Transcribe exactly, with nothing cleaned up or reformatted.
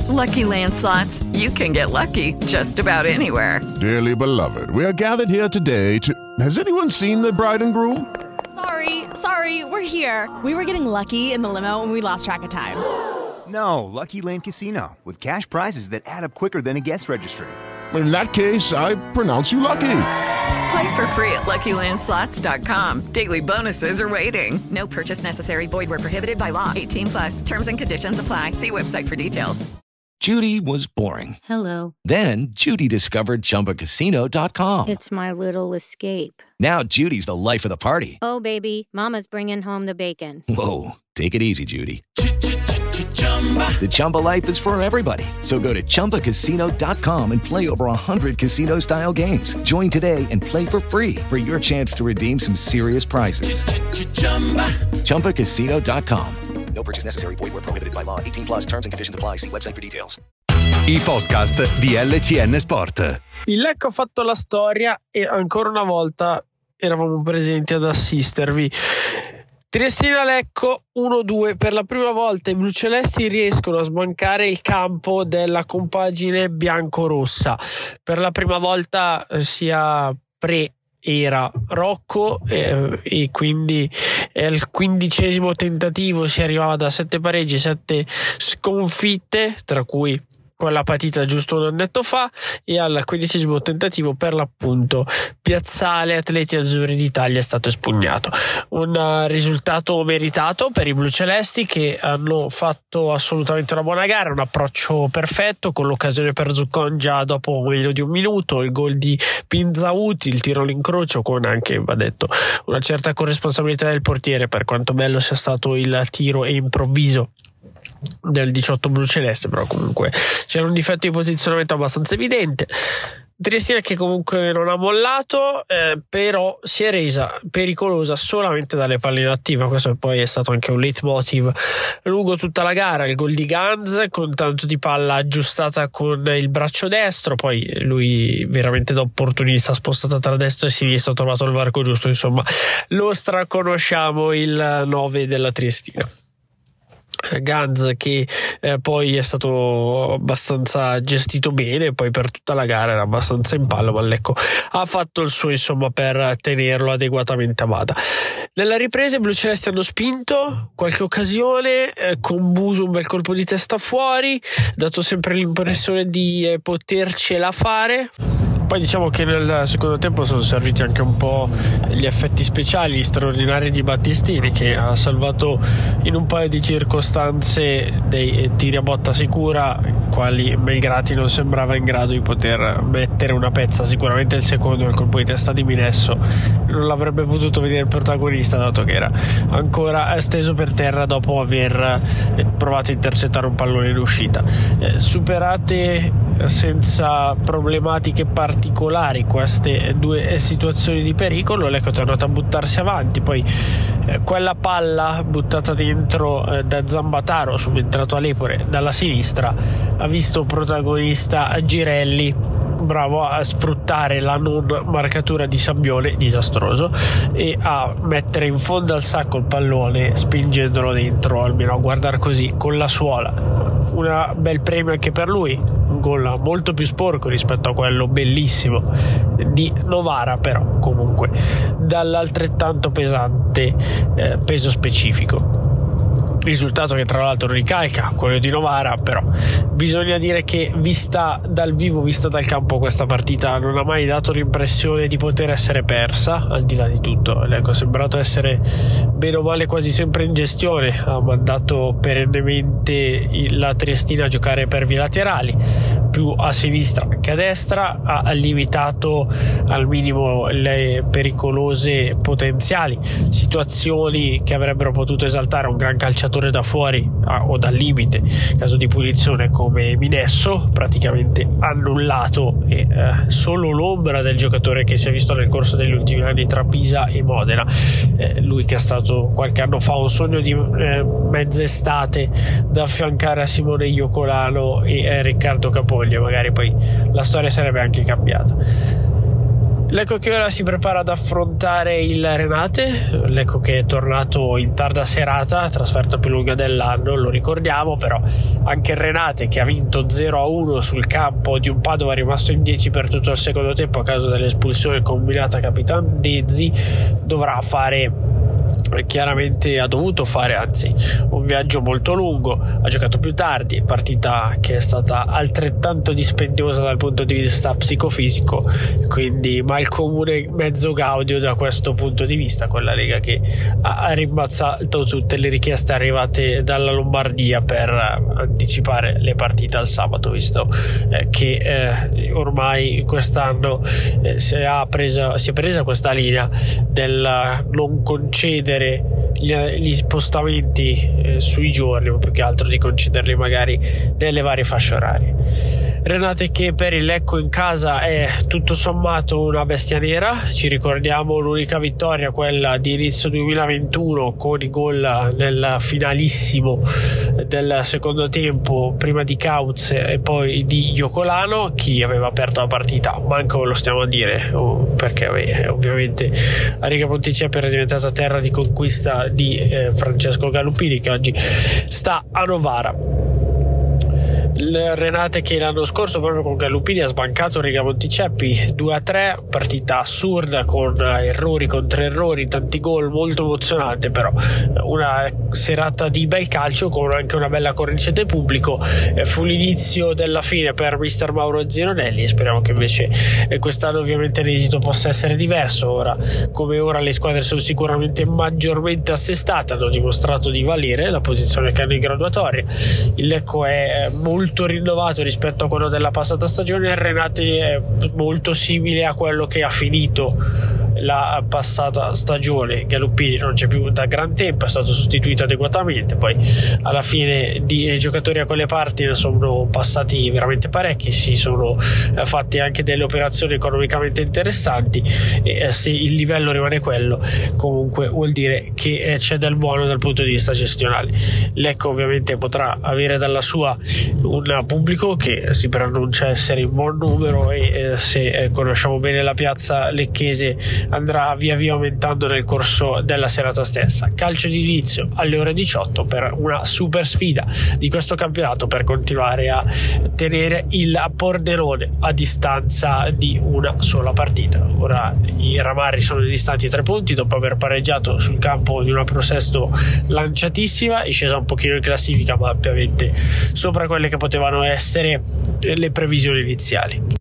Lucky Land Slots, you can get lucky just about anywhere. Dearly beloved, we are gathered here today to... Has anyone seen the bride and groom? Sorry, sorry, we're here. We were getting lucky in the limo and we lost track of time. No, Lucky Land Casino, with cash prizes that add up quicker than a guest registry. In that case, I pronounce you lucky. Play for free at Lucky Land Slots dot com. Daily bonuses are waiting. No purchase necessary. Void where prohibited by law. eighteen plus. Terms and conditions apply. See website for details. Judy was boring. Hello. Then Judy discovered Chumba Casino dot com. It's my little escape. Now Judy's the life of the party. Oh, baby, mama's bringing home the bacon. Whoa, take it easy, Judy. The Chumba life is for everybody. So go to Chumba Casino dot com and play over one hundred casino-style games. Join today and play for free for your chance to redeem some serious prizes. Chumba Casino dot com. No purchase necessary. Void where prohibited by law. eighteen plus terms and conditions apply. See website for details. I podcast di L C N Sport. Il Lecco ha fatto la storia e ancora una volta eravamo presenti ad assistervi. Triestina-Lecco uno due. Per la prima volta i blucelesti riescono a sbancare il campo della compagine biancorossa. Per la prima volta sia pre era Rocco eh, e quindi al quindicesimo tentativo si arrivava da sette pareggi, sette sconfitte, tra cui quella partita giusto un annetto fa, e al quindicesimo tentativo per l'appunto Piazzale Atleti Azzurri d'Italia è stato espugnato. Un uh, risultato meritato per i blucelesti, che hanno fatto assolutamente una buona gara, un approccio perfetto con l'occasione per Zuccon già dopo meno di un minuto, il gol di Pinzauti, il tiro all'incrocio con anche, va detto, una certa corresponsabilità del portiere, per quanto bello sia stato il tiro e improvviso del diciotto bluceleste, però comunque c'era un difetto di posizionamento abbastanza evidente. Triestina che comunque non ha mollato, eh, però si è resa pericolosa solamente dalle palle inattive. Questo poi è stato anche un leitmotiv lungo tutta la gara. Il gol di Ganz con tanto di palla aggiustata con il braccio destro, poi lui veramente da opportunista spostata tra destra e sinistra, ha trovato il varco giusto. Insomma, lo straconosciamo il nove della Triestina. Ganz che eh, poi è stato abbastanza gestito bene, poi per tutta la gara era abbastanza in palla, ma Lecco ha fatto il suo insomma per tenerlo adeguatamente a bada. Nella ripresa i blucelesti hanno spinto qualche occasione, eh, con Buso un bel colpo di testa fuori, dato sempre l'impressione di eh, potercela fare. Poi diciamo che nel secondo tempo sono serviti anche un po' gli effetti speciali, gli straordinari di Battistini, che ha salvato in un paio di circostanze dei tiri a botta sicura, quali Melgrati non sembrava in grado di poter mettere una pezza. Sicuramente il secondo, il colpo di testa di Minesso, non l'avrebbe potuto vedere il protagonista, dato che era ancora steso per terra dopo aver provato a intercettare un pallone in uscita. Eh, superate senza problematiche particolari particolari queste due situazioni di pericolo, Lecco è tornato a buttarsi avanti. Poi eh, quella palla buttata dentro eh, da Zambataro, subentrato a Lepore dalla sinistra, ha visto protagonista Girelli, bravo a sfruttare la non marcatura di Sabbione, disastroso, e a mettere in fondo al sacco il pallone spingendolo dentro, almeno a guardar così con la suola. Un bel premio anche per lui, un gol molto più sporco rispetto a quello bellissimo di Novara, però comunque dall'altrettanto pesante eh, peso specifico. Risultato che tra l'altro ricalca quello di Novara, però bisogna dire che vista dal vivo, vista dal campo, questa partita non ha mai dato l'impressione di poter essere persa. Al di là di tutto, Lecco è sembrato essere bene o male quasi sempre in gestione, ha mandato perennemente la Triestina a giocare per vie laterali, più a sinistra che a destra, ha limitato al minimo le pericolose potenziali situazioni che avrebbero potuto esaltare un gran calciatore da fuori ah, o dal limite, caso di punizione come Minesso, praticamente annullato, e eh, solo l'ombra del giocatore che si è visto nel corso degli ultimi anni tra Pisa e Modena, eh, lui che è stato qualche anno fa un sogno di eh, mezz'estate da affiancare a Simone Iocolano e eh, Riccardo Capoglia. Magari poi la storia sarebbe anche cambiata. Lecco che ora si prepara ad affrontare il Renate, Lecco che è tornato in tarda serata, trasferta più lunga dell'anno, lo ricordiamo, però anche il Renate, che ha vinto zero a uno sul campo di un Padova rimasto in dieci per tutto il secondo tempo a causa dell'espulsione combinata a Capitan Dezzi, dovrà fare, chiaramente ha dovuto fare anzi un viaggio molto lungo, ha giocato più tardi, partita che è stata altrettanto dispendiosa dal punto di vista psicofisico, quindi mal comune mezzo gaudio da questo punto di vista, con la Lega che ha rimbalzato tutte le richieste arrivate dalla Lombardia per anticipare le partite al sabato, visto eh, che eh, ormai quest'anno eh, si, è presa, si è presa questa linea del non concedere Gli, gli spostamenti eh, sui giorni, ma più che altro di concederli magari nelle varie fasce orarie. Renate che per il Lecco in casa è tutto sommato una bestia nera, ci ricordiamo l'unica vittoria, quella di inizio duemilaventuno, con i gol nel finalissimo del secondo tempo, prima di Kautz e poi di Iocolano. Chi aveva aperto la partita manco lo stiamo a dire, perché beh, ovviamente a Riga Ponticello è diventata terra di conquista di eh, Francesco Gallupini, che oggi sta a Novara. Il Renate che l'anno scorso proprio con Gallupini ha sbancato Riga Monticeppi due a tre, partita assurda con errori contro errori, tanti gol, molto emozionante, però una serata di bel calcio con anche una bella cornice del pubblico. Fu l'inizio della fine per mister Mauro Zironelli e speriamo che invece quest'anno ovviamente l'esito possa essere diverso. Ora come ora le squadre sono sicuramente maggiormente assestate, hanno dimostrato di valere la posizione che hanno in graduatoria. Il Lecco è molto rinnovato rispetto a quello della passata stagione, il Renate è molto simile a quello che ha finito la passata stagione. Gallupini non c'è più da gran tempo, è stato sostituito adeguatamente, poi alla fine di giocatori a quelle parti ne sono passati veramente parecchi, si sono fatti anche delle operazioni economicamente interessanti e se il livello rimane quello comunque vuol dire che c'è del buono dal punto di vista gestionale. L'Ecco ovviamente potrà avere dalla sua un pubblico che si preannuncia essere in buon numero e eh, se eh, conosciamo bene la piazza lecchese andrà via via aumentando nel corso della serata stessa. Calcio di inizio alle ore diciotto per una super sfida di questo campionato, per continuare a tenere il Pordenone a distanza di una sola partita. Ora i Ramarri sono distanti tre punti dopo aver pareggiato sul campo di una Prosesto lanciatissima, è scesa un pochino in classifica ma ampiamente sopra quelle che potevano essere le previsioni iniziali.